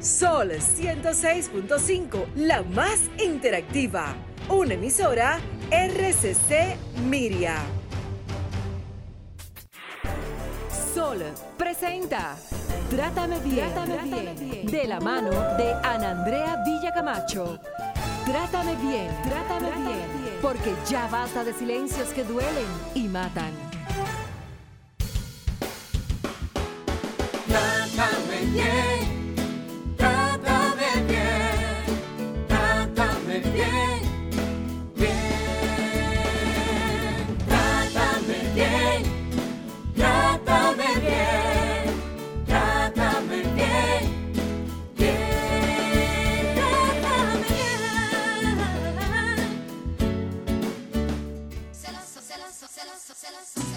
Sol 106.5, la más interactiva. Una emisora RCC Miria. Sol presenta Trátame bien, de la mano de Ana Andrea Villacamacho. Trátame bien, porque ya basta de silencios que duelen y matan. Trátame bien, trátame bien, trátame bien, bien, trátame bien, trátame bien, trátame bien, bien, trátame bien. Celoso, celoso, celoso, celoso, celoso.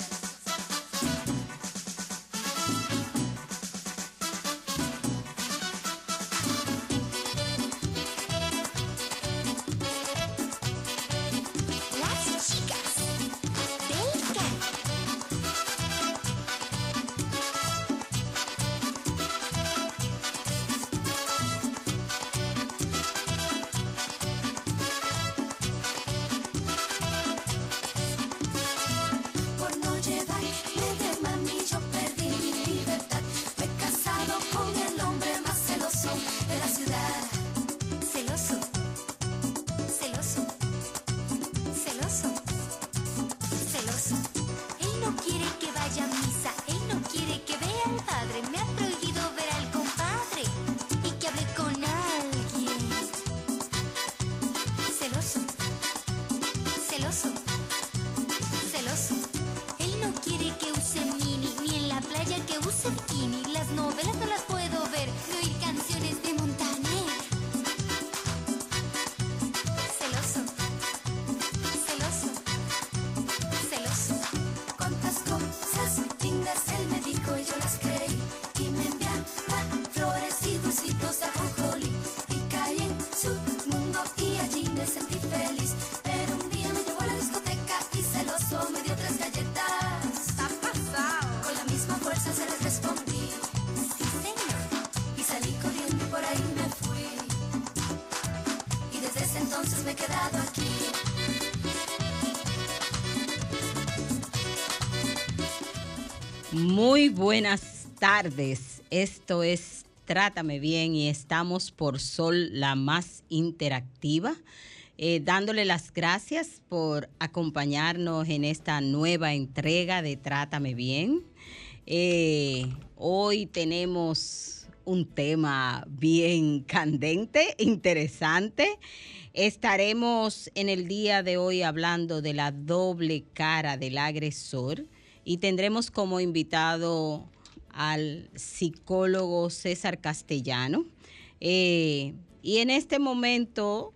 Muy buenas tardes, esto es Trátame Bien y estamos por Sol, la más interactiva, dándole las gracias por acompañarnos en esta nueva entrega de Trátame Bien. Hoy tenemos un tema bien candente, interesante. Estaremos en el día de hoy hablando de la doble cara del agresor. Y tendremos como invitado al psicólogo César Castellano. Y en este momento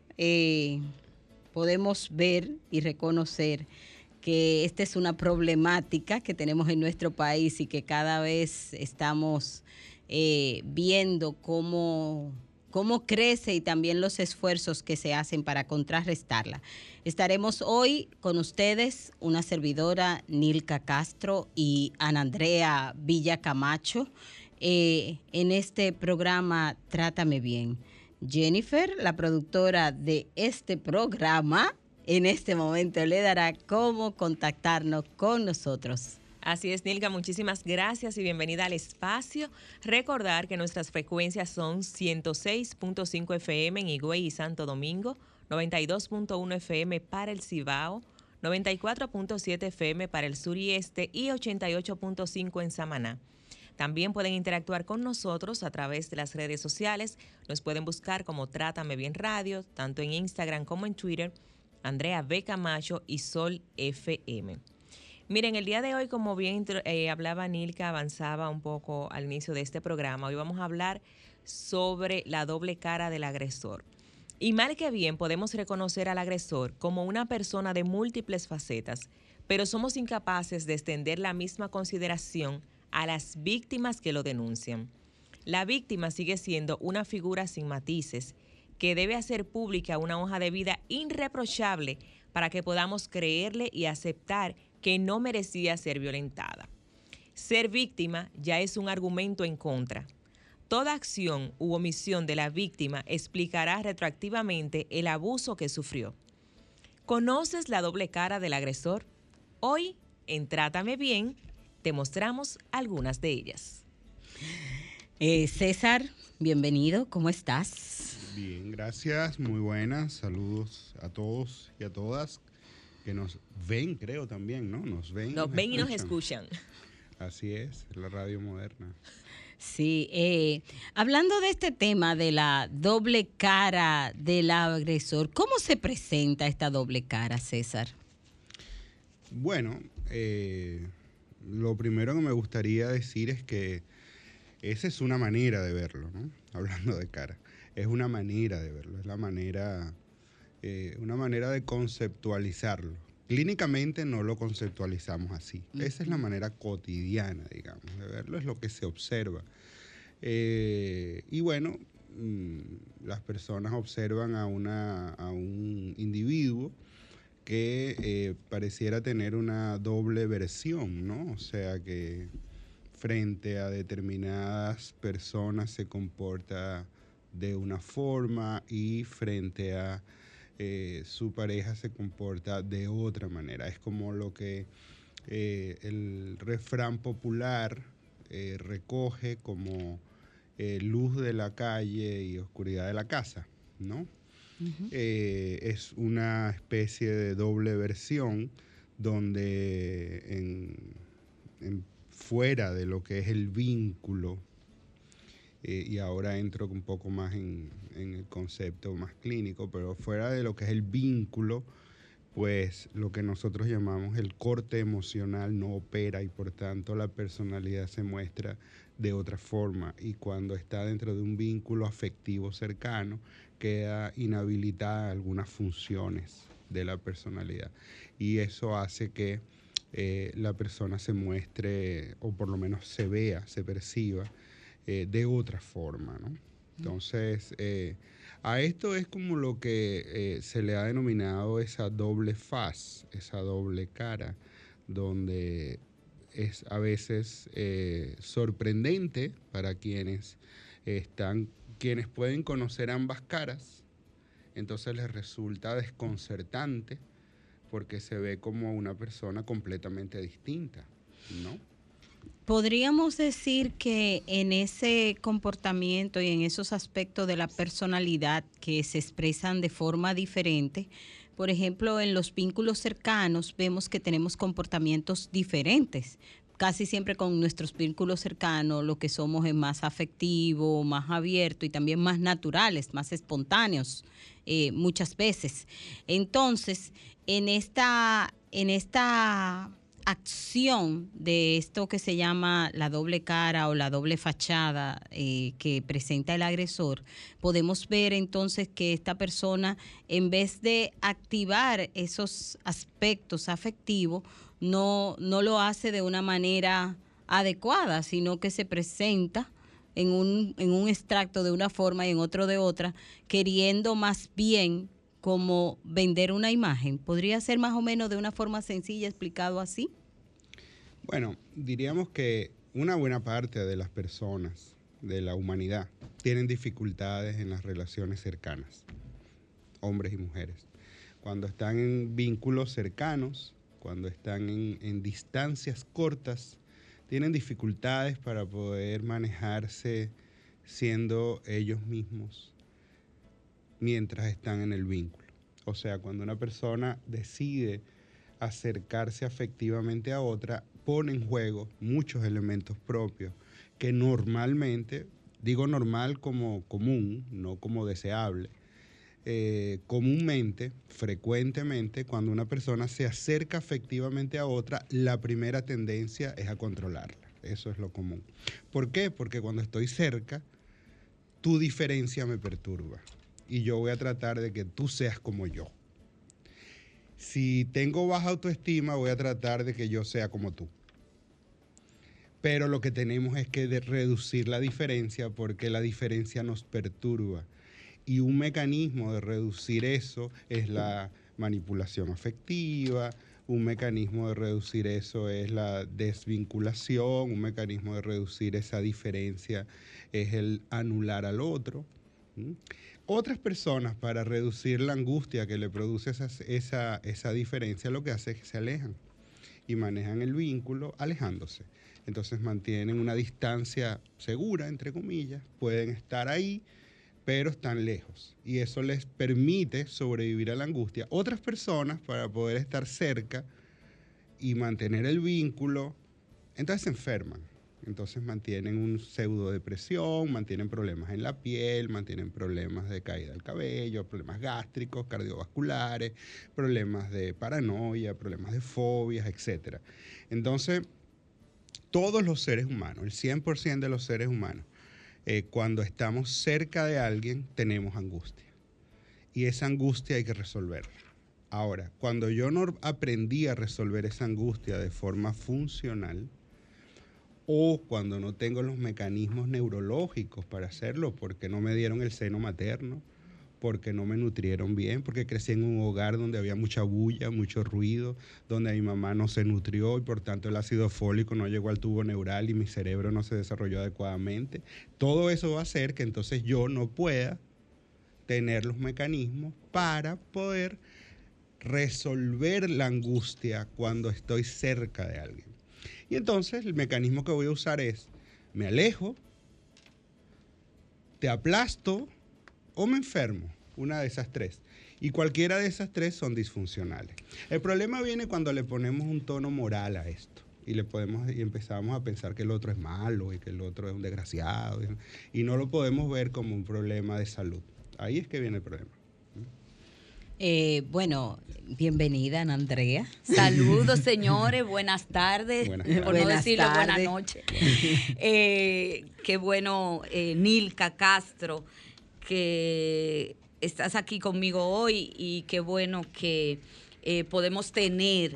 podemos ver y reconocer que esta es una problemática que tenemos en nuestro país y que cada vez estamos viendo cómo crece y también los esfuerzos que se hacen para contrarrestarla. Estaremos hoy con ustedes, una servidora, Nilka Castro y Ana Andrea Villacamacho, en este programa Trátame Bien. Jennifer, la productora de este programa, en este momento le dará cómo contactarnos con nosotros. Así es, Nilka, muchísimas gracias y bienvenida al espacio. Recordar que nuestras frecuencias son 106.5 FM en Higüey y Santo Domingo, 92.1 FM para el Cibao, 94.7 FM para el sur y este y 88.5 en Samaná. También pueden interactuar con nosotros a través de las redes sociales. Nos pueden buscar como Trátame Bien Radio, tanto en Instagram como en Twitter, Andrea B. Camacho y Sol FM. Miren, el día de hoy, como bien hablaba Nilka, avanzaba un poco al inicio de este programa, hoy vamos a hablar sobre la doble cara del agresor. Y mal que bien podemos reconocer al agresor como una persona de múltiples facetas, pero somos incapaces de extender la misma consideración a las víctimas que lo denuncian. La víctima sigue siendo una figura sin matices que debe hacer pública una hoja de vida irreprochable para que podamos creerle y aceptar que no merecía ser violentada. Ser víctima ya es un argumento en contra. Toda acción u omisión de la víctima explicará retroactivamente el abuso que sufrió. ¿Conoces la doble cara del agresor? Hoy, en Trátame Bien, te mostramos algunas de ellas. César, bienvenido, ¿cómo estás? Bien, gracias, muy buenas, saludos a todos y a todas que nos ven, creo también, ¿no? Nos ven y nos escuchan. Así es, la radio moderna. Sí, hablando de este tema de la doble cara del agresor, ¿cómo se presenta esta doble cara, César? Bueno, lo primero que me gustaría decir es que esa es una manera de verlo, ¿no? Hablando de cara, es una manera de verlo, es una manera de conceptualizarlo. Clínicamente no lo conceptualizamos así. Esa es la manera cotidiana, digamos, de verlo, es lo que se observa. Y bueno, las personas observan a un individuo que pareciera tener una doble versión, ¿no? O sea, que frente a determinadas personas se comporta de una forma y frente a su pareja se comporta de otra manera. Es como lo que el refrán popular recoge como luz de la calle y oscuridad de la casa, ¿no? Uh-huh. Es una especie de doble versión donde fuera de lo que es el vínculo, y ahora entro un poco más en el concepto más clínico, pero fuera de lo que es el vínculo, pues lo que nosotros llamamos el corte emocional no opera y por tanto la personalidad se muestra de otra forma, y cuando está dentro de un vínculo afectivo cercano queda inhabilitada algunas funciones de la personalidad, y eso hace que la persona se muestre, o por lo menos se vea, se perciba de otra forma, ¿no? Entonces, a esto es como lo que se le ha denominado esa doble faz, esa doble cara, donde es a veces sorprendente para quienes pueden conocer ambas caras, entonces les resulta desconcertante porque se ve como una persona completamente distinta, ¿no? Podríamos decir que en ese comportamiento y en esos aspectos de la personalidad que se expresan de forma diferente, por ejemplo, en los vínculos cercanos vemos que tenemos comportamientos diferentes. Casi siempre con nuestros vínculos cercanos lo que somos es más afectivo, más abierto y también más naturales, más espontáneos muchas veces. Entonces, en esta acción de esto que se llama la doble cara o la doble fachada que presenta el agresor, podemos ver entonces que esta persona, en vez de activar esos aspectos afectivos, no lo hace de una manera adecuada, sino que se presenta en un extracto de una forma y en otro de otra, queriendo más bien como vender una imagen. ¿Podría ser más o menos de una forma sencilla explicado así? Bueno, diríamos que una buena parte de las personas, de la humanidad, tienen dificultades en las relaciones cercanas, hombres y mujeres. Cuando están en vínculos cercanos, cuando están en distancias cortas, tienen dificultades para poder manejarse siendo ellos mismos mientras están en el vínculo. O sea, cuando una persona decide acercarse afectivamente a otra, pone en juego muchos elementos propios que normalmente, digo normal como común, no como deseable, comúnmente, frecuentemente, cuando una persona se acerca afectivamente a otra, la primera tendencia es a controlarla. Eso es lo común. ¿Por qué? Porque cuando estoy cerca, tu diferencia me perturba y yo voy a tratar de que tú seas como yo. Si tengo baja autoestima, voy a tratar de que yo sea como tú. Pero lo que tenemos es que reducir la diferencia porque la diferencia nos perturba. Y un mecanismo de reducir eso es la manipulación afectiva Un mecanismo de reducir eso es la desvinculación, un mecanismo de reducir esa diferencia es el anular al otro. Otras personas, para reducir la angustia que le produce esa diferencia, lo que hace es que se alejan y manejan el vínculo alejándose. Entonces mantienen una distancia segura, entre comillas, pueden estar ahí, pero están lejos. Y eso les permite sobrevivir a la angustia. Otras personas, para poder estar cerca y mantener el vínculo, entonces se enferman. Entonces mantienen un pseudo depresión, mantienen problemas en la piel, mantienen problemas de caída del cabello, problemas gástricos, cardiovasculares, problemas de paranoia, problemas de fobias, etc. Entonces, todos los seres humanos, el 100% de los seres humanos, cuando estamos cerca de alguien, tenemos angustia. Y esa angustia hay que resolverla. Ahora, cuando yo no aprendí a resolver esa angustia de forma funcional, o cuando no tengo los mecanismos neurológicos para hacerlo, porque no me dieron el seno materno, porque no me nutrieron bien, porque crecí en un hogar donde había mucha bulla, mucho ruido, donde mi mamá no se nutrió y por tanto el ácido fólico no llegó al tubo neural y mi cerebro no se desarrolló adecuadamente. Todo eso va a hacer que entonces yo no pueda tener los mecanismos para poder resolver la angustia cuando estoy cerca de alguien. Y entonces el mecanismo que voy a usar es, me alejo, te aplasto o me enfermo, una de esas tres. Y cualquiera de esas tres son disfuncionales. El problema viene cuando le ponemos un tono moral a esto. Y empezamos a pensar que el otro es malo y que el otro es un desgraciado. Y no lo podemos ver como un problema de salud. Ahí es que viene el problema. Bueno, bienvenida, Ana Andrea. Saludos, señores, buenas tardes, Buenas tardes. por no Buenas decirle buenas tardes. noches. Qué bueno, Nilka Castro, que estás aquí conmigo hoy y qué bueno que podemos tener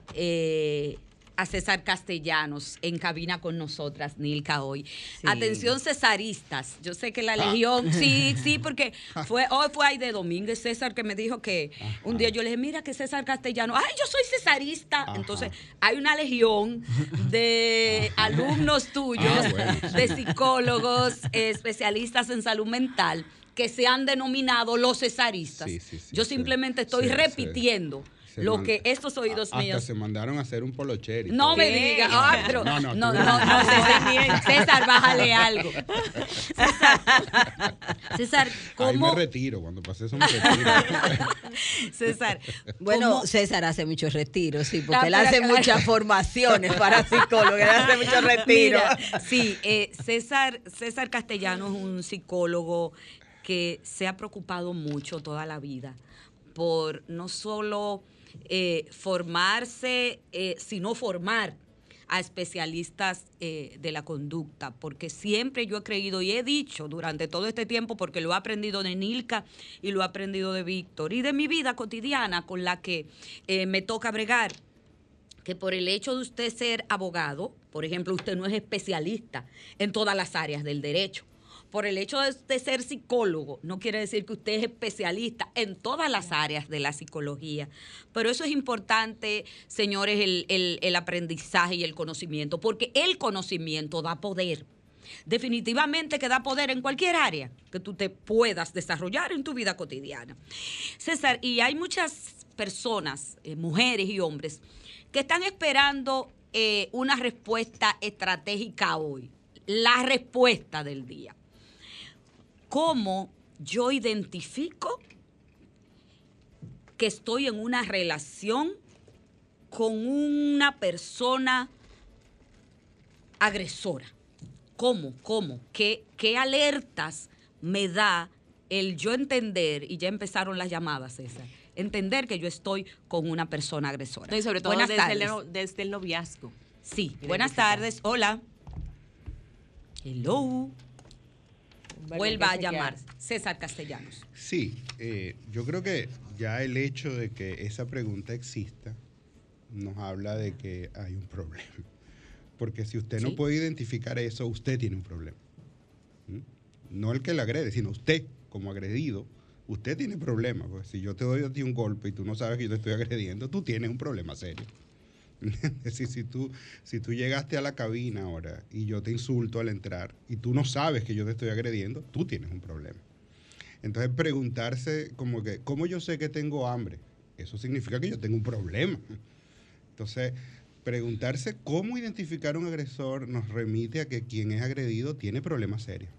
a César Castellanos en cabina con nosotras, Nilka, hoy. Sí. Atención, cesaristas. Yo sé que la Legión, sí, porque hoy fue ahí de Domínguez, César, que me dijo que un día yo le dije, mira que César Castellanos, ay, yo soy cesarista. Ajá. Entonces, hay una legión de alumnos tuyos, Bueno. de psicólogos, especialistas en salud mental, que se han denominado los cesaristas. Sí, Yo sí. simplemente estoy Sí, repitiendo se lo man- que estos oídos hasta míos. se mandaron a hacer un polocher. y No todo. me digas, ah, pero No, no, tú- César, bájale algo. César, Ahí ¿cómo? me retiro, cuando pase eso me retiro. César, Bueno, ¿cómo? César hace muchos retiros, sí, porque él pero- hace muchas formaciones para psicólogos, él hace muchos retiros. Mira, sí, César Castellano es un psicólogo que se ha preocupado mucho toda la vida por no solo formarse, sino formar a especialistas de la conducta, porque siempre yo he creído y he dicho durante todo este tiempo, porque lo he aprendido de Nilka y lo he aprendido de Víctor y de mi vida cotidiana con la que me toca bregar, que por el hecho de usted ser abogado, por ejemplo, usted no es especialista en todas las áreas del derecho. Por el hecho de ser psicólogo, no quiere decir que usted es especialista en todas las áreas de la psicología. Pero eso es importante, señores, el aprendizaje y el conocimiento, porque el conocimiento da poder. Definitivamente que da poder en cualquier área que tú te puedas desarrollar en tu vida cotidiana. César, y hay muchas personas, mujeres y hombres, que están esperando una respuesta estratégica hoy, la respuesta del día. ¿Cómo yo identifico que estoy en una relación con una persona agresora? ¿Cómo? ¿Qué alertas me da el yo entender, y ya empezaron las llamadas, César, entender que yo estoy con una persona agresora? No, y sobre todo Buenas desde tardes. desde el noviazgo. Sí, buenas tardes. Hola. Hello. Vuelva a llamar. César Castellanos. Sí, yo creo que ya el hecho de que esa pregunta exista nos habla de que hay un problema. Porque si usted Sí. no puede identificar eso, usted tiene un problema. ¿Mm? No el que le agrede, sino usted como agredido usted tiene problemas. Pues si yo te doy a ti un golpe y tú no sabes que yo te estoy agrediendo, tú tienes un problema serio. Es decir, si tú llegaste a la cabina ahora y yo te insulto al entrar y tú no sabes que yo te estoy agrediendo, tú tienes un problema. Entonces preguntarse como que, ¿cómo yo sé que tengo hambre? Eso significa que yo tengo un problema. Entonces, preguntarse cómo identificar un agresor nos remite a que quien es agredido tiene problemas serios.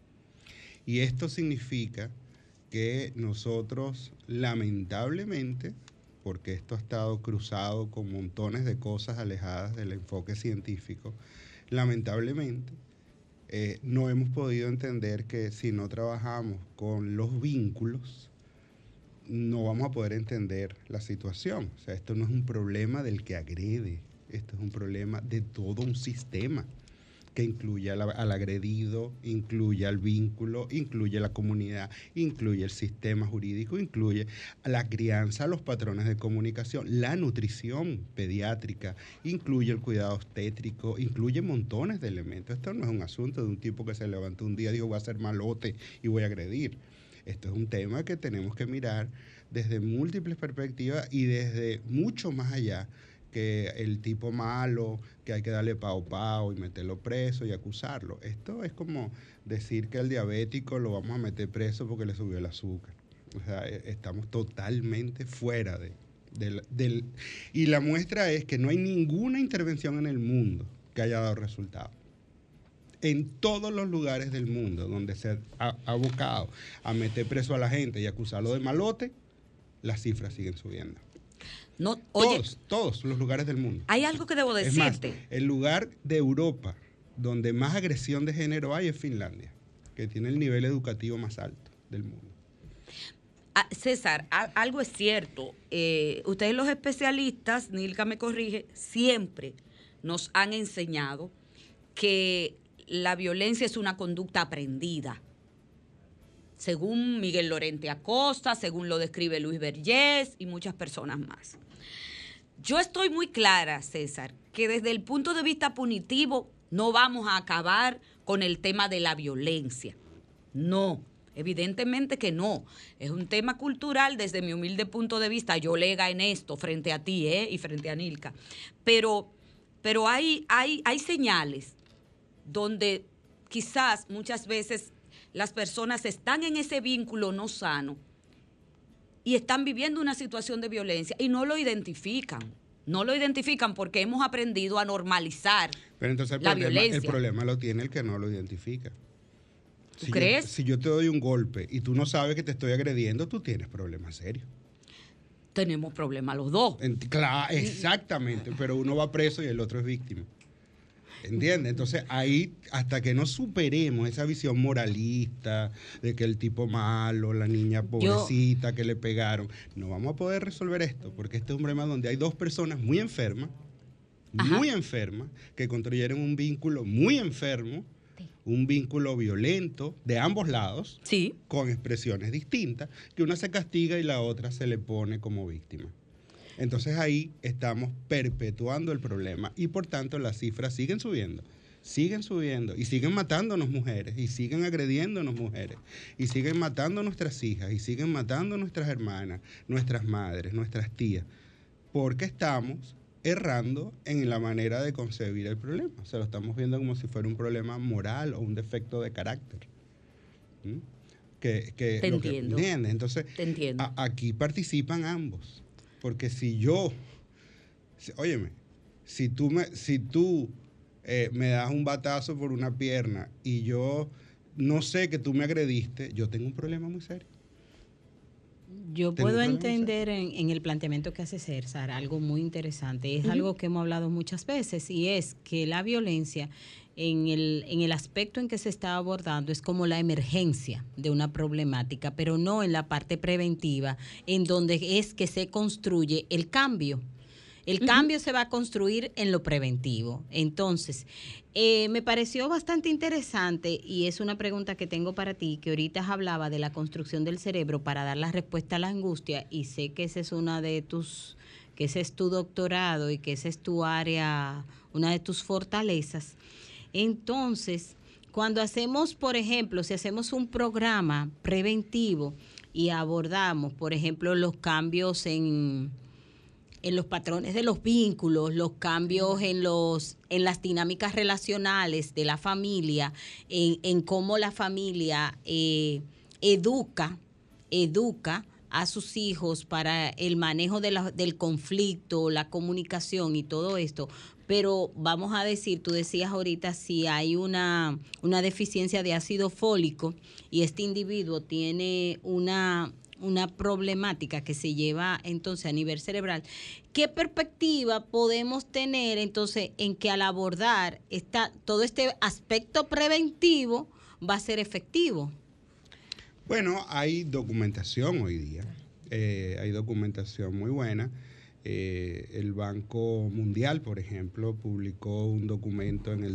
Y esto significa que nosotros, lamentablemente, porque esto ha estado cruzado con montones de cosas alejadas del enfoque científico, lamentablemente no hemos podido entender que si no trabajamos con los vínculos, no vamos a poder entender la situación. O sea, esto no es un problema del que agrede, esto es un problema de todo un sistema que incluye al agredido, incluye al vínculo, incluye la comunidad, incluye el sistema jurídico, incluye la crianza, los patrones de comunicación, la nutrición pediátrica, incluye el cuidado obstétrico, incluye montones de elementos. Esto no es un asunto de un tipo que se levantó un día y dijo voy a ser malote y voy a agredir. Esto es un tema que tenemos que mirar desde múltiples perspectivas y desde mucho más allá que el tipo malo, que hay que darle pao y meterlo preso y acusarlo. Esto es como decir que el diabético lo vamos a meter preso porque le subió el azúcar. O sea, estamos totalmente fuera del... Y la muestra es que no hay ninguna intervención en el mundo que haya dado resultado. En todos los lugares del mundo donde se ha abocado a meter preso a la gente y acusarlo de malote, las cifras siguen subiendo. No, oye, todos los lugares del mundo. hay algo que debo Es más, decirte. el lugar de Europa donde más agresión de género hay es Finlandia, que tiene el nivel educativo más alto del mundo. César, algo es cierto. Ustedes los especialistas, Nilka me corrige, siempre nos han enseñado que la violencia es una conducta aprendida. Según Miguel Lorente Acosta, según lo describe Luis Vergés y muchas personas más. Yo estoy muy clara, César, que desde el punto de vista punitivo no vamos a acabar con el tema de la violencia. No, evidentemente que no. Es un tema cultural desde mi humilde punto de vista. Yo lega en esto frente a ti y frente a Nilka. Pero hay señales donde quizás muchas veces las personas están en ese vínculo no sano y están viviendo una situación de violencia y no lo identifican. No lo identifican porque hemos aprendido a normalizar la violencia. El problema lo tiene el que no lo identifica. ¿Tú crees? Si yo te doy un golpe y tú no sabes que te estoy agrediendo, tú tienes problemas serios. Tenemos problemas los dos. Claro, exactamente, pero uno va preso y el otro es víctima. ¿Entiendes? Entonces ahí, hasta que no superemos esa visión moralista de que el tipo malo, la niña pobrecita que le pegaron, no vamos a poder resolver esto, porque este es un problema donde hay dos personas muy enfermas, que construyeron un vínculo muy enfermo, un vínculo violento de ambos lados, sí, con expresiones distintas, que una se castiga y la otra se le pone como víctima. Entonces ahí estamos perpetuando el problema y por tanto las cifras siguen subiendo y siguen matándonos mujeres y siguen agrediéndonos mujeres y siguen matando nuestras hijas y siguen matando nuestras hermanas, nuestras madres, nuestras tías, porque estamos errando en la manera de concebir el problema. O sea, lo estamos viendo como si fuera un problema moral o un defecto de carácter. Te entiendo. Entonces, te entiendo. Aquí participan ambos. Porque si tú me das un batazo por una pierna y yo no sé que tú me agrediste, yo tengo un problema muy serio. Yo puedo entender en el planteamiento que hace César algo muy interesante. Es algo que hemos hablado muchas veces y es que la violencia en el aspecto en que se está abordando es como la emergencia de una problemática, pero no en la parte preventiva, en donde es que se construye el cambio. El cambio se va a construir en lo preventivo. Entonces, me pareció bastante interesante y es una pregunta que tengo para ti, que ahorita hablaba de la construcción del cerebro para dar la respuesta a la angustia y sé que esa es que ese es tu doctorado y que esa es tu área, una de tus fortalezas. Entonces, cuando hacemos, por ejemplo, si hacemos un programa preventivo, y abordamos, por ejemplo, los cambios en los patrones de los vínculos, los cambios en las dinámicas relacionales de la familia, en cómo la familia educa a sus hijos para el manejo del conflicto, la comunicación y todo esto. Pero vamos a decir, tú decías ahorita, si hay una deficiencia de ácido fólico y este individuo tiene una problemática que se lleva entonces a nivel cerebral, ¿qué perspectiva podemos tener entonces en que al abordar todo este aspecto preventivo va a ser efectivo? Bueno, hay documentación hoy día, hay documentación muy buena. El Banco Mundial, por ejemplo, publicó un documento en el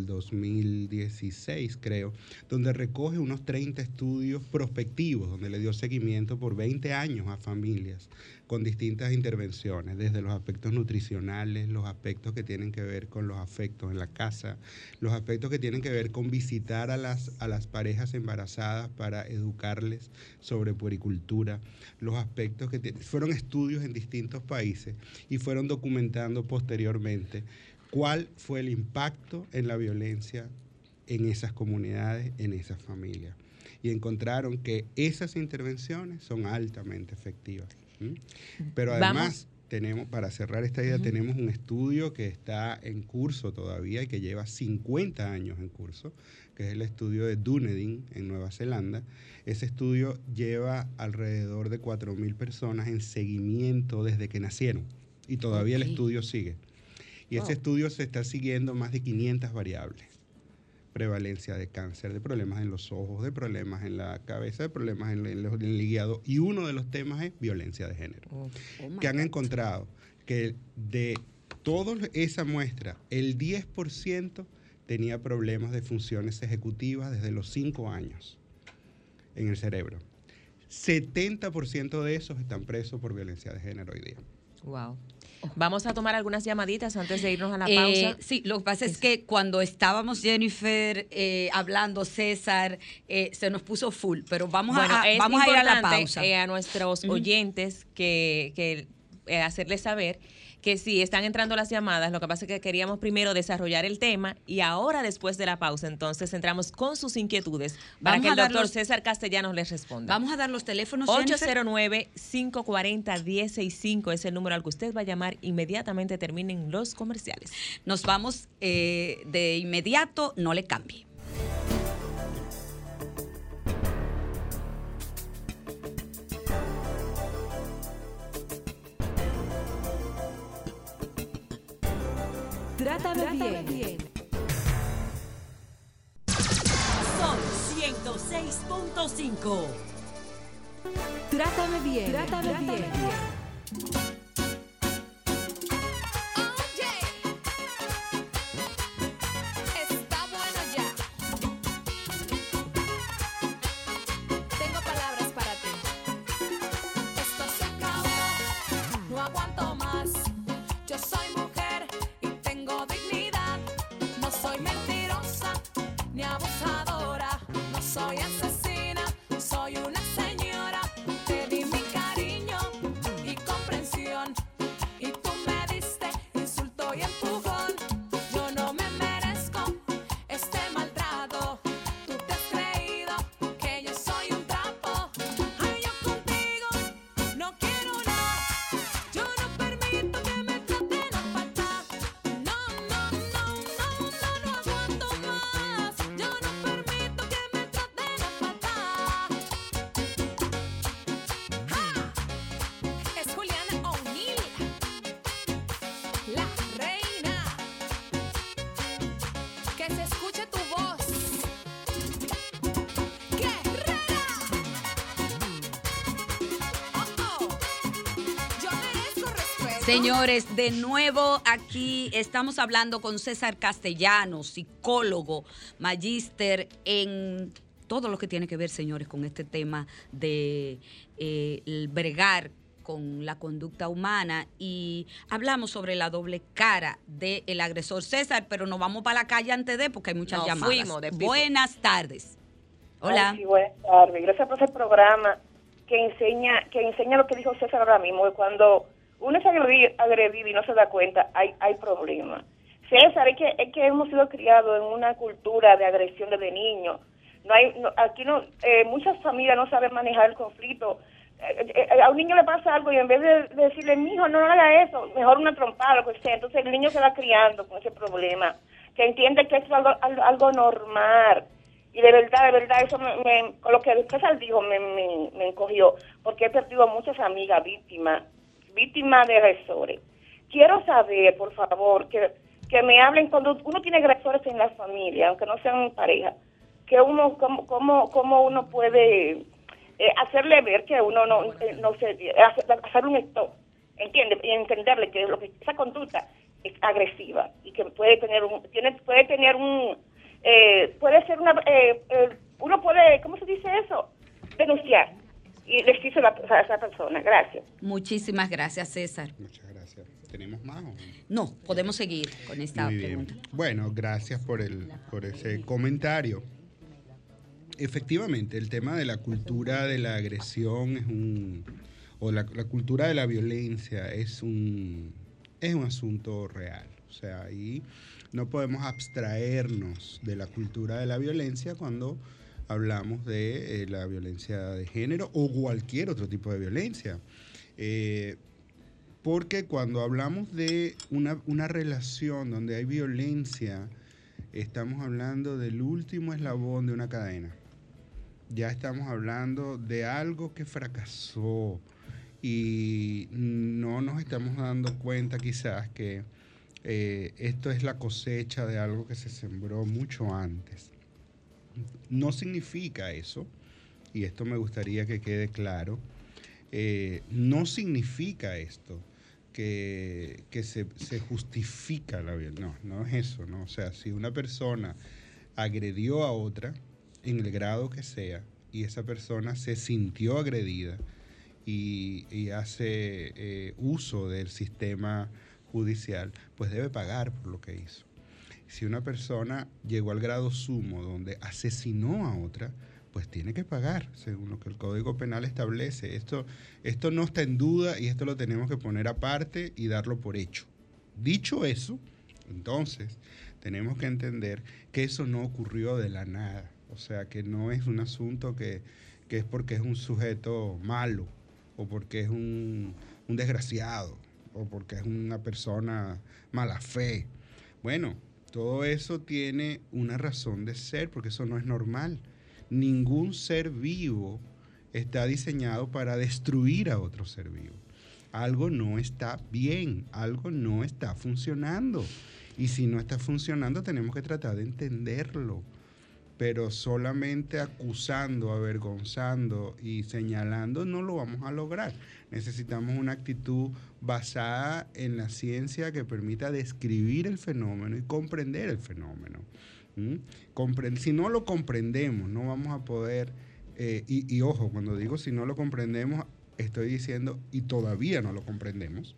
2016, creo, donde recoge unos 30 estudios prospectivos, donde le dio seguimiento por 20 años a familias con distintas intervenciones, desde los aspectos nutricionales, los aspectos que tienen que ver con los afectos en la casa, los aspectos que tienen que ver con visitar a las parejas embarazadas para educarles sobre puericultura, los aspectos que fueron estudios en distintos países y fueron documentando posteriormente cuál fue el impacto en la violencia en esas comunidades, en esas familias. Y encontraron que esas intervenciones son altamente efectivas. Pero además tenemos, para cerrar esta idea, tenemos un estudio que está en curso todavía y que lleva 50 años en curso, que es el estudio de Dunedin en Nueva Zelanda. Ese estudio lleva alrededor de 4.000 personas en seguimiento desde que nacieron y todavía el estudio sigue. Y ese estudio se está siguiendo más de 500 variables. Prevalencia de cáncer, de problemas en los ojos, de problemas en la cabeza, de problemas en el hígado, y uno de los temas es violencia de género. Que han encontrado que de toda esa muestra, el 10% tenía problemas de funciones ejecutivas desde los 5 años en el cerebro. 70% de esos están presos por violencia de género hoy día. Wow. Vamos a tomar algunas llamaditas antes de irnos a la pausa. Sí, lo que pasa es que cuando estábamos, Jennifer, hablando, César, se nos puso full, pero vamos a ir a la pausa. A nuestros oyentes que hacerles saber que sí, están entrando las llamadas. Lo que pasa es que queríamos primero desarrollar el tema y ahora, después de la pausa, entonces entramos con sus inquietudes para que el doctor César Castellanos les responda. Vamos a dar los teléfonos, 809-540-1065 es el número al que usted va a llamar inmediatamente terminen los comerciales. Nos vamos de inmediato, no le cambie. Trátame bien. Sol 106.5. Trátame bien. Está bueno ya. Tengo palabras para ti. Esto se acabó. No aguanto más. Yo soy mujer y tengo dignidad. No soy mentirosa ni abusadora. No soy asesina. Soy una señora. Te di mi cariño y comprensión. Y tú me diste insulto y empujón. Yo no me merezco este maltrato. Tú te has creído que yo soy un trapo. Ay, yo contigo no quiero nada. Yo no permito que me traten a faltar. No aguanto más. Yo no permito que me traten a faltar. Es Juliana O'Neill, la reina. Que se escuche tu voz. ¡Guerrera! Yo merezco respeto. Señores, de nuevo aquí estamos hablando con César Castellanos, psicólogo, magíster en todo lo que tiene que ver, señores, con este tema de el bregar con la conducta humana, y hablamos sobre la doble cara del agresor. César, pero nos vamos para la calle antes de, porque hay muchas Nos llamadas. fuimos de pico. Buenas tardes. Hola. Ay, sí, buenas tardes. Gracias por ese programa. enseña lo que dijo César ahora mismo, que cuando uno es agredido y no se da cuenta, hay problemas. César, es que hemos sido criados en una cultura de agresión desde niños. Muchas familias no saben manejar el conflicto. A un niño le pasa algo y en vez de decirle, mijo, no haga eso, mejor una trompada, lo que sea. Entonces el niño se va criando con ese problema, que entiende que es algo normal. Y de verdad, eso con lo que César dijo me encogió, porque he perdido muchas amigas víctimas de agresores. Quiero saber, por favor, que me hablen cuando uno tiene agresores en la familia, aunque no sean pareja, que cómo uno puede hacerle ver que uno no se hacer un stop, ¿entiende? Y entenderle que esa conducta es agresiva y que puede ser uno puede, ¿cómo se dice eso? Denunciar y decirse a esa persona. Gracias. Muchísimas gracias, César. Muchas gracias. ¿Tenemos más? No, podemos seguir con esta Muy bien. pregunta. Bueno, gracias por ese comentario. Efectivamente, el tema de la cultura de la agresión la cultura de la violencia es un asunto real. O sea, ahí no podemos abstraernos de la cultura de la violencia cuando hablamos de la violencia de género o cualquier otro tipo de violencia. Porque cuando hablamos de una relación donde hay violencia, estamos hablando del último eslabón de una cadena. Ya estamos hablando de algo que fracasó y no nos estamos dando cuenta quizás que esto es la cosecha de algo que se sembró mucho antes. No significa eso, y esto me gustaría que quede claro, no significa esto que se justifica la violencia. No es eso, ¿no? O sea, si una persona agredió a otra, en el grado que sea, y esa persona se sintió agredida y hace uso del sistema judicial, pues debe pagar por lo que hizo. Si una persona llegó al grado sumo donde asesinó a otra, pues tiene que pagar, según lo que el Código Penal establece. Esto no está en duda y esto lo tenemos que poner aparte y darlo por hecho. Dicho eso, entonces, tenemos que entender que eso no ocurrió de la nada. O sea, que no es un asunto que es porque es un sujeto malo o porque es un desgraciado o porque es una persona mala fe. Bueno, todo eso tiene una razón de ser porque eso no es normal. Ningún ser vivo está diseñado para destruir a otro ser vivo. Algo no está bien, algo no está funcionando. Y si no está funcionando, tenemos que tratar de entenderlo. Pero solamente acusando, avergonzando y señalando no lo vamos a lograr. Necesitamos una actitud basada en la ciencia que permita describir el fenómeno y comprender el fenómeno. Si no lo comprendemos, no vamos a poder, y ojo, cuando digo si no lo comprendemos, estoy diciendo y todavía no lo comprendemos.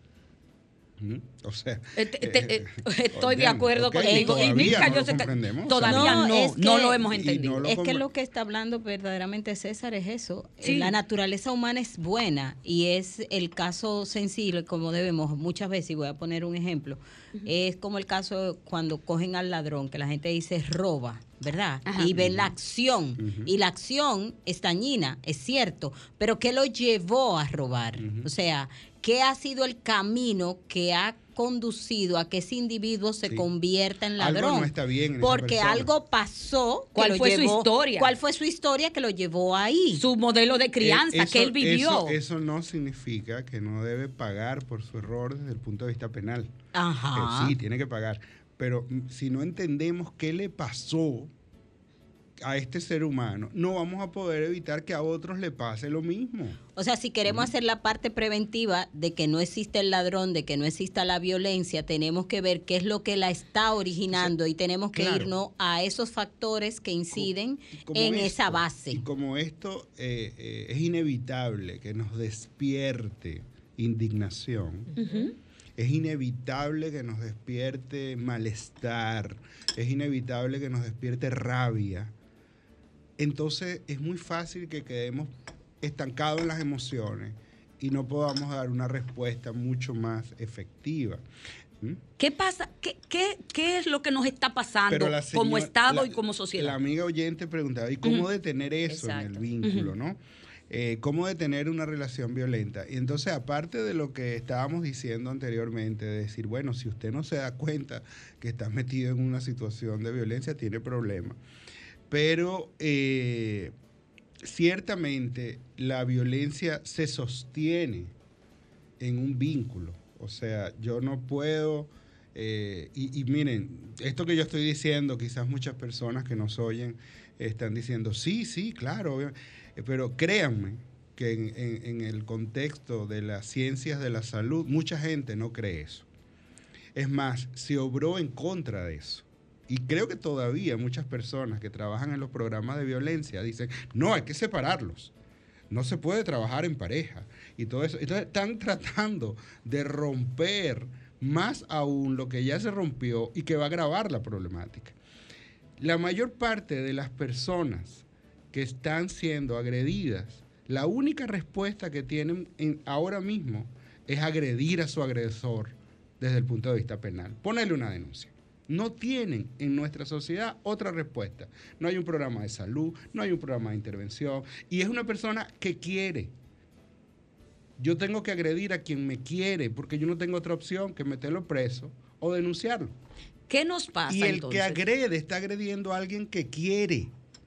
O sea, estoy de acuerdo contigo. Y Mirka, yo sé que todavía no lo hemos entendido. Es que lo que está hablando verdaderamente César es eso. Sí. La naturaleza humana es buena y es el caso sensible, como debemos muchas veces, y voy a poner un ejemplo, es como el caso cuando cogen al ladrón, que la gente dice roba, ¿verdad? Ajá. Y ven la acción, y la acción es dañina, es cierto, pero ¿qué lo llevó a robar? O sea, ¿qué ha sido el camino que ha conducido a que ese individuo se convierta en ladrón? Algo no está bien en porque esa persona. algo pasó. ¿Cuál fue su historia? ¿Cuál fue su historia que lo llevó ahí? Su modelo de crianza que él vivió. Eso no significa que no debe pagar por su error desde el punto de vista penal. Ajá. Sí, tiene que pagar. Pero si no entendemos qué le pasó a este ser humano, no vamos a poder evitar que a otros le pase lo mismo. O sea, si queremos hacer la parte preventiva de que no existe el ladrón, de que no exista la violencia, tenemos que ver qué es lo que la está originando y tenemos que irnos a esos factores que inciden en esa base. Y como esto es inevitable que nos despierte indignación, es inevitable que nos despierte malestar, es inevitable que nos despierte rabia. Entonces es muy fácil que quedemos estancados en las emociones y no podamos dar una respuesta mucho más efectiva. ¿Qué pasa? ¿Qué es lo que nos está pasando Pero la como señora- Estado la- y como sociedad? La amiga oyente preguntaba, ¿y cómo detener eso en el Exacto. vínculo, no? ¿Cómo detener una relación violenta? Y entonces, aparte de lo que estábamos diciendo anteriormente, de decir, bueno, si usted no se da cuenta que está metido en una situación de violencia, tiene problemas. Pero ciertamente la violencia se sostiene en un vínculo. O sea, yo no puedo... y miren, esto que yo estoy diciendo, quizás muchas personas que nos oyen están diciendo, sí, claro, pero créanme que en el contexto de las ciencias de la salud, mucha gente no cree eso. Es más, se obró en contra de eso. Y creo que todavía muchas personas que trabajan en los programas de violencia dicen, no, hay que separarlos. No se puede trabajar en pareja y todo eso. Entonces están tratando de romper más aún lo que ya se rompió y que va a agravar la problemática. La mayor parte de las personas que están siendo agredidas, la única respuesta que tienen ahora mismo es agredir a su agresor desde el punto de vista penal. Ponerle una denuncia. No tienen en nuestra sociedad otra respuesta. No hay un programa de salud, no hay un programa de intervención. Y es una persona que quiere. Yo tengo que agredir a quien me quiere, porque yo no tengo otra opción que meterlo preso o denunciarlo. ¿Qué nos pasa Y el entonces? que agrede está agrediendo a alguien que quiere.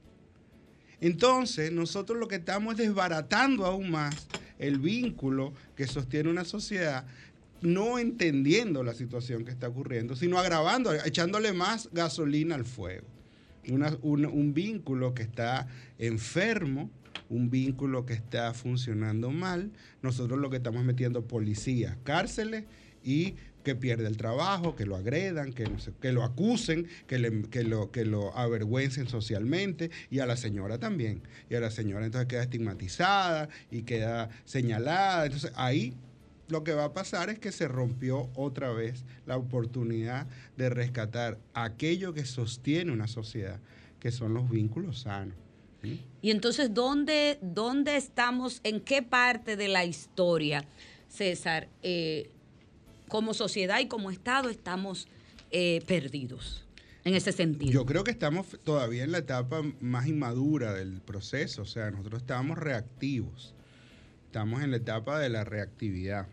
Entonces, nosotros lo que estamos es desbaratando aún más el vínculo que sostiene una sociedad, no entendiendo la situación que está ocurriendo, sino agravando, echándole más gasolina al fuego. Un vínculo que está enfermo, un vínculo que está funcionando mal. Nosotros lo que estamos metiendo policías, cárceles y que pierde el trabajo, que lo agredan, que lo acusen, que lo avergüencen socialmente, y a la señora también. Y a la señora entonces queda estigmatizada y queda señalada. Entonces ahí lo que va a pasar es que se rompió otra vez la oportunidad de rescatar aquello que sostiene una sociedad, que son los vínculos sanos. ¿Sí? Y entonces, ¿dónde estamos, en qué parte de la historia, César, como sociedad y como Estado estamos perdidos en ese sentido? Yo creo que estamos todavía en la etapa más inmadura del proceso, o sea, nosotros estamos reactivos. Estamos en la etapa de la reactividad,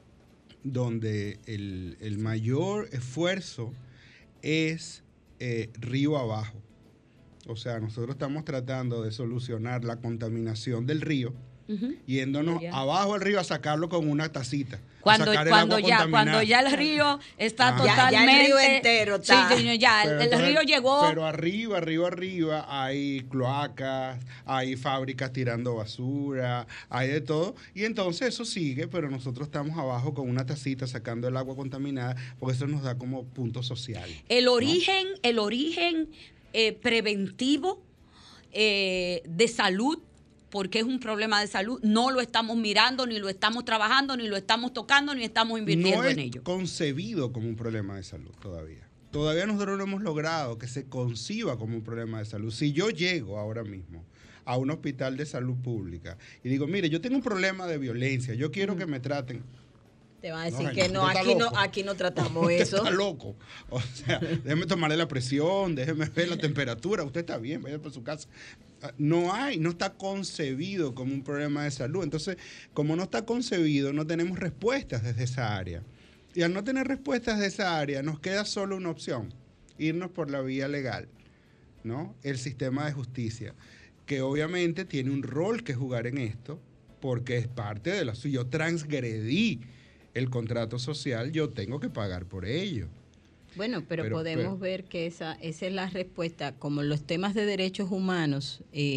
donde el mayor esfuerzo es río abajo. O sea, nosotros estamos tratando de solucionar la contaminación del río, yéndonos abajo del río a sacarlo con una tacita. Cuando ya el río está totalmente... Ya el río entero está. Sí, señor, ya Pero el entonces, río llegó... Pero arriba hay cloacas, hay fábricas tirando basura, hay de todo. Y entonces eso sigue, pero nosotros estamos abajo con una tacita sacando el agua contaminada, porque eso nos da como punto social. El origen preventivo de salud, porque es un problema de salud, no lo estamos mirando, ni lo estamos trabajando, ni lo estamos tocando, ni estamos invirtiendo no en es ello. concebido como un problema de salud todavía. Todavía nosotros no hemos logrado que se conciba como un problema de salud. Si yo llego ahora mismo a un hospital de salud pública y digo, mire, yo tengo un problema de violencia, yo quiero que me traten. Te van a decir No, que no, usted está aquí no, loco. aquí no tratamos Usted eso. está loco. O sea, déjeme tomarle la presión, déjeme ver la temperatura. Usted está bien, vaya para su casa. No está concebido como un problema de salud. Entonces, como no está concebido, no tenemos respuestas desde esa área. Y al no tener respuestas de esa área, nos queda solo una opción: irnos por la vía legal, ¿no? El sistema de justicia, que obviamente tiene un rol que jugar en esto, porque es parte de la suya. Yo transgredí el contrato social, yo tengo que pagar por ello. Bueno, pero podemos ver que esa es la respuesta. Como los temas de derechos humanos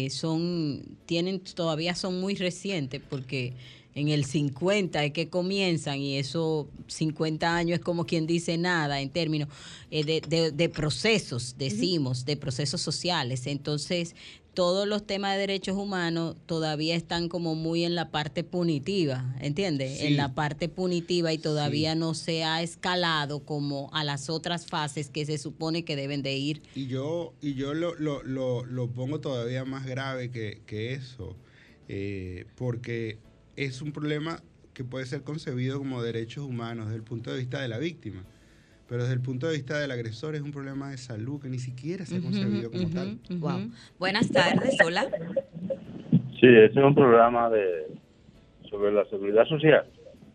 todavía son muy recientes, porque en el 50 es que comienzan, y eso 50 años es como quien dice nada en términos de procesos, decimos, de procesos sociales. Entonces, todos los temas de derechos humanos todavía están como muy en la parte punitiva, ¿entiendes? Sí. En la parte punitiva, y todavía no se ha escalado como a las otras fases que se supone que deben de ir. Y yo lo pongo todavía más grave que eso. porque es un problema que puede ser concebido como derechos humanos desde el punto de vista de la víctima, pero desde el punto de vista del agresor es un problema de salud que ni siquiera se ha concebido como tal. Wow. Buenas tardes, hola. Sí, este es un programa sobre la seguridad social.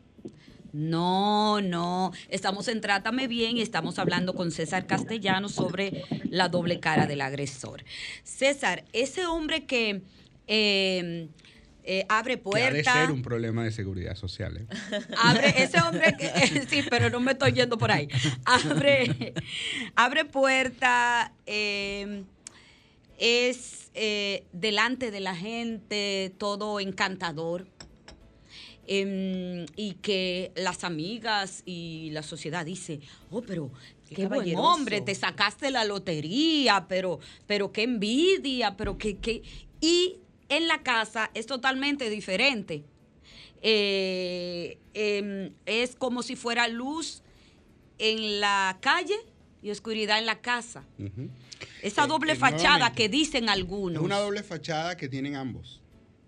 No, estamos en Trátame Bien y estamos hablando con César Castellanos sobre la doble cara del agresor. César, ese hombre que abre Que ha de puertas... ser un problema de seguridad social. Ese hombre que... sí, pero no me estoy yendo por ahí. Abre puertas, es delante de la gente, todo encantador. Y que las amigas y la sociedad dice, oh, pero qué buen caballeroso. hombre, te sacaste la lotería, pero qué envidia, pero qué. Y en la casa es totalmente diferente. Es como si fuera luz en la calle y oscuridad en la casa. Esa doble fachada nuevamente, que dicen algunos. Es una doble fachada que tienen ambos.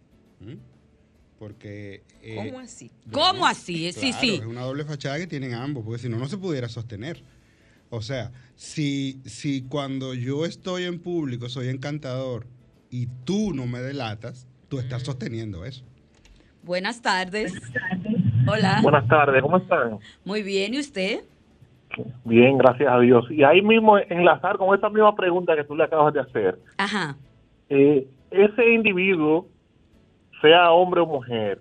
Porque... ¿Cómo así? ¿Cómo así? Sí, Claro, sí. es una doble fachada que tienen ambos, porque si no, no se pudiera sostener. O sea, si cuando yo estoy en público soy encantador y tú no me delatas, tú estás sosteniendo eso. Buenas tardes. Hola. Buenas tardes, ¿cómo están? Muy bien, ¿y usted? Bien, gracias a Dios. Y ahí mismo enlazar con esa misma pregunta que tú le acabas de hacer. Ajá. Ese individuo, sea hombre o mujer,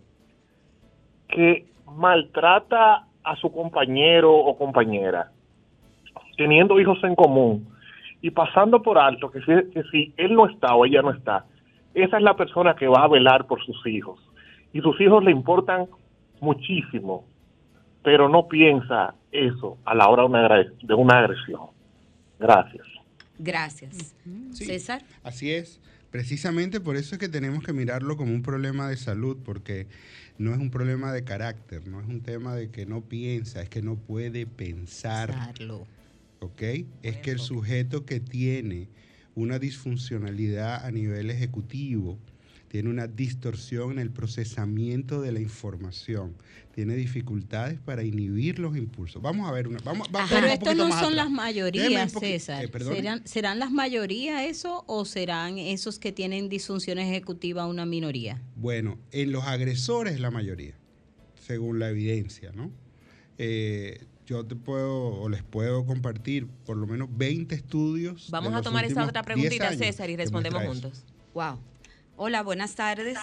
que maltrata a su compañero o compañera, teniendo hijos en común y pasando por alto que si él no está o ella no está, esa es la persona que va a velar por sus hijos. Y sus hijos le importan muchísimo, pero no piensa eso a la hora de una agresión. Gracias. Gracias. Sí, César. Así es. Precisamente por eso es que tenemos que mirarlo como un problema de salud, porque no es un problema de carácter, no es un tema de que no piensa, es que no puede pensar. ¿Ok? Es que el sujeto que tiene una disfuncionalidad a nivel ejecutivo, tiene una distorsión en el procesamiento de la información, tiene dificultades para inhibir los impulsos. Vamos a ver Pero un esto poquito no más son atrás. las Déjeme mayorías, un César. ¿perdón? ¿Serán las mayorías eso o serán esos que tienen disfunciones ejecutivas una minoría? Bueno, en los agresores la mayoría, según la evidencia, ¿no? Yo les puedo compartir por lo menos 20 estudios. Vamos de a los tomar esta últimos otra 10 preguntita, años César, y que respondemos muestra juntos. Wow. Hola, buenas tardes.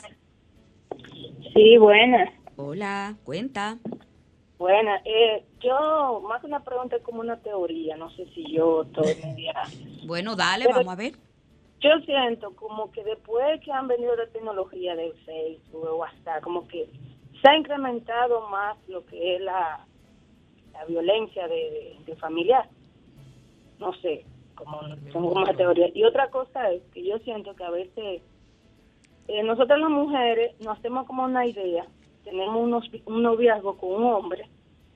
Sí, buenas. Hola, cuenta. Buenas. Yo, más que una pregunta, es como una teoría. No sé si yo estoy media. Bueno, dale, Pero vamos a ver. yo siento como que después que han venido de tecnología de Facebook o WhatsApp, como que se ha incrementado más lo que es la violencia de familiar. No sé, son como una teoría. Y otra cosa es que yo siento que a veces nosotros las mujeres nos hacemos como una idea, tenemos un noviazgo con un hombre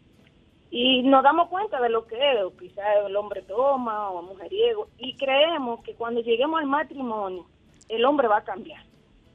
y nos damos cuenta de lo que es, o quizás el hombre toma o mujeriego, y creemos que cuando lleguemos al matrimonio el hombre va a cambiar.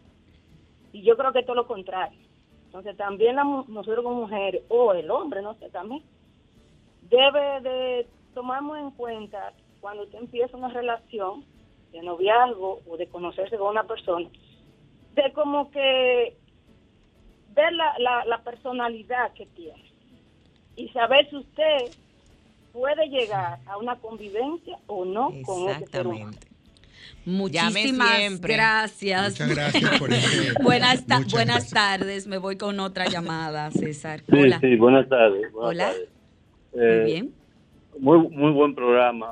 Y yo creo que es todo lo contrario. Entonces también nosotros como mujeres, o el hombre, no sé, también debe de tomarnos en cuenta cuando usted empieza una relación de noviazgo o de conocerse con una persona, de como que ver la personalidad que tiene y saber si usted puede llegar a una convivencia o no con ese ser humano. Muchísimas siempre. gracias. Muchas gracias por ese. Buenas gracias. tardes. Me voy con otra llamada, César. Sí, Hola. sí, buenas tardes. Hola. Tardes. Muy bien. Muy buen programa.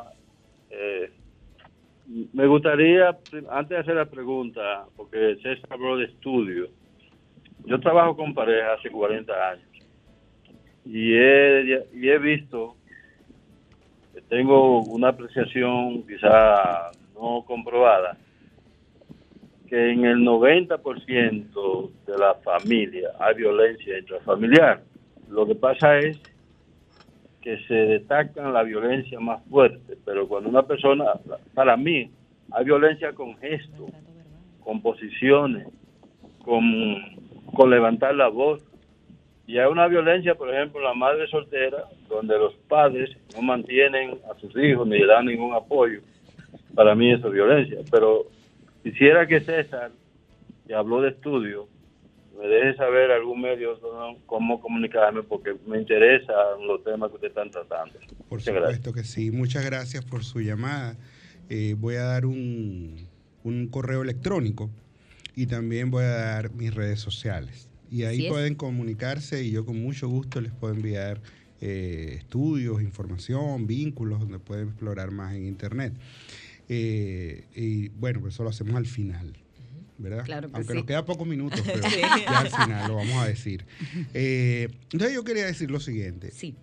Me gustaría, antes de hacer la pregunta, porque César habló de estudio, yo trabajo con parejas hace 40 años y he visto, tengo una apreciación quizá no comprobada, que en el 90% de la familia hay violencia intrafamiliar. Lo que pasa es que se destacan la violencia más fuerte, pero cuando una persona, para mí, hay violencia con gestos, con posiciones, con levantar la voz. Y hay una violencia, por ejemplo, en la madre soltera, donde los padres no mantienen a sus hijos ni le dan ningún apoyo. Para mí eso es violencia. Pero quisiera que César, que habló de estudio, me deje saber algún medio cómo comunicarme, porque me interesan los temas que ustedes están tratando. Por Muchas supuesto que sí. Muchas gracias por su llamada. Voy a dar un correo electrónico y también voy a dar mis redes sociales. Y ahí pueden comunicarse y yo con mucho gusto les puedo enviar estudios, información, vínculos, donde pueden explorar más en Internet. Y bueno, pues eso lo hacemos al final, ¿verdad? Claro que aunque sí. nos queda pocos minutos, pero ya al final lo vamos a decir. Entonces yo quería decir lo siguiente. Sí.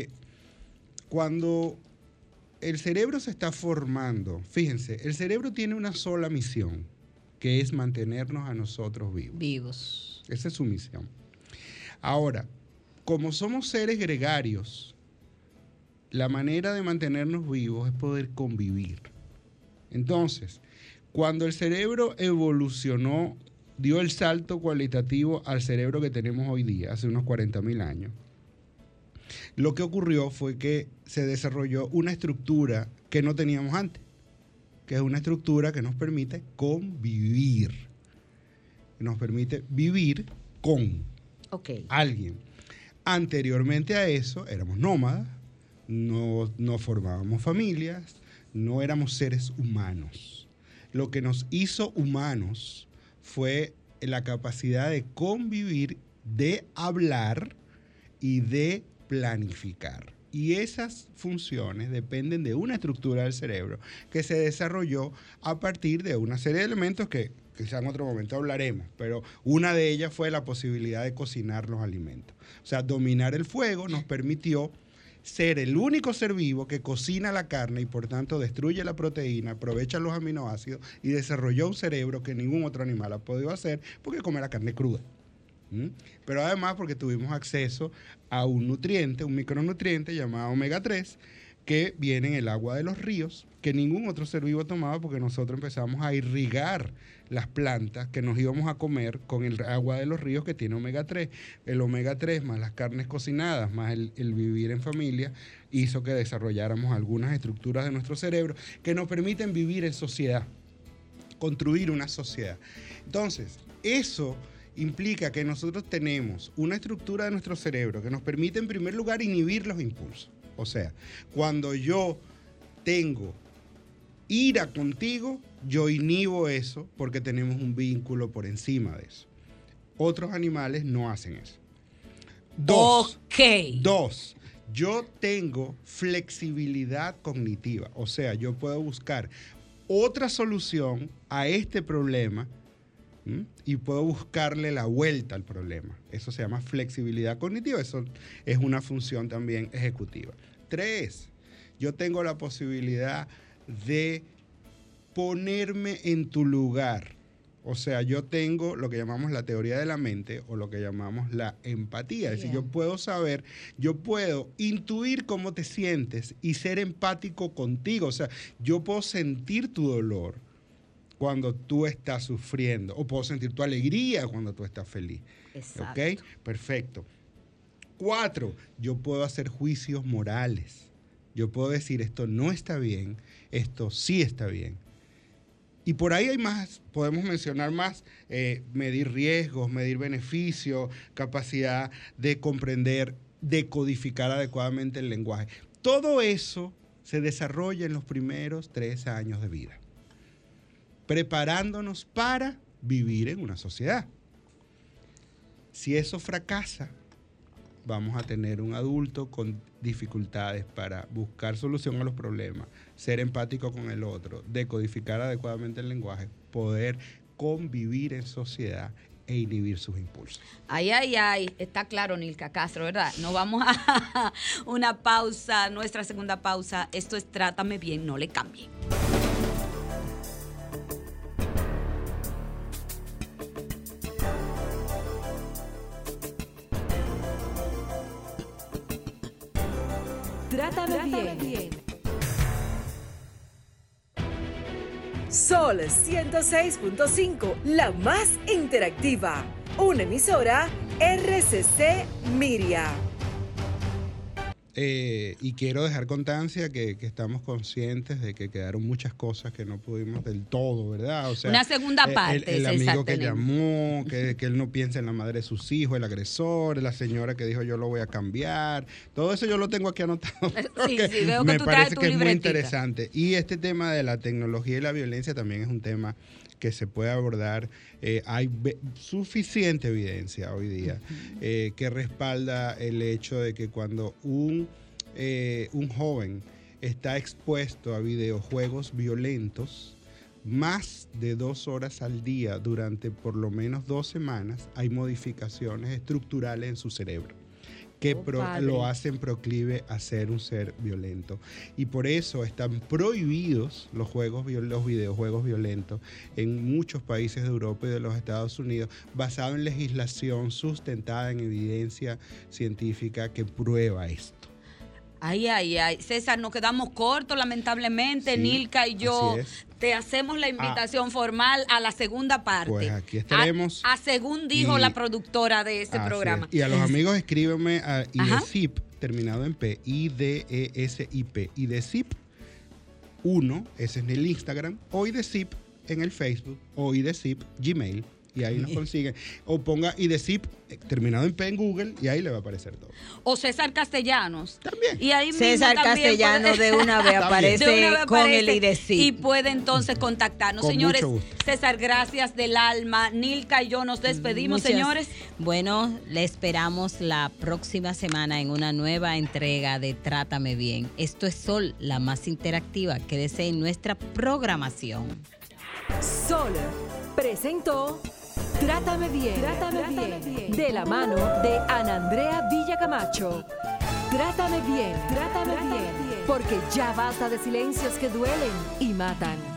Cuando el cerebro se está formando, fíjense, el cerebro tiene una sola misión, que es mantenernos a nosotros vivos. Esa es su misión. Ahora, como somos seres gregarios, la manera de mantenernos vivos es poder convivir. Entonces, cuando el cerebro evolucionó, dio el salto cualitativo al cerebro que tenemos hoy día, hace unos 40.000 años, lo que ocurrió fue que se desarrolló una estructura que no teníamos antes, que es una estructura que nos permite convivir. Nos permite vivir con alguien. Anteriormente a eso, éramos nómadas, no formábamos familias, no éramos seres humanos. Lo que nos hizo humanos fue la capacidad de convivir, de hablar y de planificar. Y esas funciones dependen de una estructura del cerebro que se desarrolló a partir de una serie de elementos que quizá en otro momento hablaremos, pero una de ellas fue la posibilidad de cocinar los alimentos. O sea, dominar el fuego nos permitió ser el único ser vivo que cocina la carne y por tanto destruye la proteína, aprovecha los aminoácidos y desarrolló un cerebro que ningún otro animal ha podido hacer porque come la carne cruda. Pero además porque tuvimos acceso a un nutriente, un micronutriente llamado omega 3, que viene en el agua de los ríos, que ningún otro ser vivo tomaba porque nosotros empezamos a irrigar las plantas que nos íbamos a comer con el agua de los ríos que tiene omega 3. El omega 3 más las carnes cocinadas, más el vivir en familia, hizo que desarrolláramos algunas estructuras de nuestro cerebro que nos permiten vivir en sociedad, construir una sociedad. Entonces, eso implica que nosotros tenemos una estructura de nuestro cerebro que nos permite en primer lugar inhibir los impulsos. O sea, cuando yo tengo ira contigo, yo inhibo eso porque tenemos un vínculo por encima de eso. Otros animales no hacen eso. Dos, yo tengo flexibilidad cognitiva. O sea, yo puedo buscar otra solución a este problema y puedo buscarle la vuelta al problema. Eso se llama flexibilidad cognitiva. Eso es una función también ejecutiva. 3, yo tengo la posibilidad de ponerme en tu lugar. O sea, yo tengo lo que llamamos la teoría de la mente o lo que llamamos la empatía. Es decir, yo puedo saber, yo puedo intuir cómo te sientes y ser empático contigo. O sea, yo puedo sentir tu dolor cuando tú estás sufriendo, o puedo sentir tu alegría cuando tú estás feliz. Exacto. ¿Ok? Perfecto. 4, yo puedo hacer juicios morales. Yo puedo decir, esto no está bien, esto sí está bien. Y por ahí hay más, podemos mencionar más, medir riesgos, medir beneficios, capacidad de comprender, de codificar adecuadamente el lenguaje. Todo eso se desarrolla en los primeros 3 años de vida, preparándonos para vivir en una sociedad. Si eso fracasa, vamos a tener un adulto con dificultades para buscar solución a los problemas, ser empático con el otro, decodificar adecuadamente el lenguaje, poder convivir en sociedad e inhibir sus impulsos. Ay, está claro, Nilka Castro, ¿verdad? Nos vamos a una pausa, nuestra segunda pausa. Esto es Trátame Bien, no le cambie. Trátame bien. Sol 106.5, la más interactiva. Una emisora RCC Miria. Y quiero dejar constancia que estamos conscientes de que quedaron muchas cosas que no pudimos del todo, ¿verdad? O sea, una segunda parte. El amigo que llamó, que él no piensa en la madre de sus hijos, el agresor, la señora que dijo yo lo voy a cambiar. Todo eso yo lo tengo aquí anotado. Sí, veo me que tú parece traes tu que es muy libretita. interesante. Y este tema de la tecnología y la violencia también es un tema que se puede abordar. Hay suficiente evidencia hoy día que respalda el hecho de que cuando un joven está expuesto a videojuegos violentos más de 2 horas al día durante por lo menos 2 semanas, hay modificaciones estructurales en su cerebro que lo hacen proclive a ser un ser violento. Y por eso están prohibidos los videojuegos violentos en muchos países de Europa y de los Estados Unidos, basado en legislación sustentada en evidencia científica que prueba esto. Ay. César, nos quedamos cortos, lamentablemente. Sí, Nilka y yo te hacemos la invitación formal a la segunda parte. Pues aquí estaremos. A según dijo la productora de este programa. Y a los amigos escríbeme a IDESIP, terminado en P, IDESIP, IDESIP 1, ese es en el Instagram, o IDESIP en el Facebook, o IDESIP Gmail. Y ahí nos consiguen. O ponga IDESIP terminado en P en Google y ahí le va a aparecer todo. O César Castellanos. También. Y ahí César Castellanos de una vez aparece con el IDESIP. Y puede entonces contactarnos. Con señores, mucho gusto. César, gracias del alma. Nilka y yo nos despedimos, señores. Bueno, le esperamos la próxima semana en una nueva entrega de Trátame Bien. Esto es Sol, la más interactiva. Quédese en nuestra programación. Sol presentó Trátame Bien, de la mano de Ana Andrea Villacamacho. Trátame bien, porque ya basta de silencios que duelen y matan.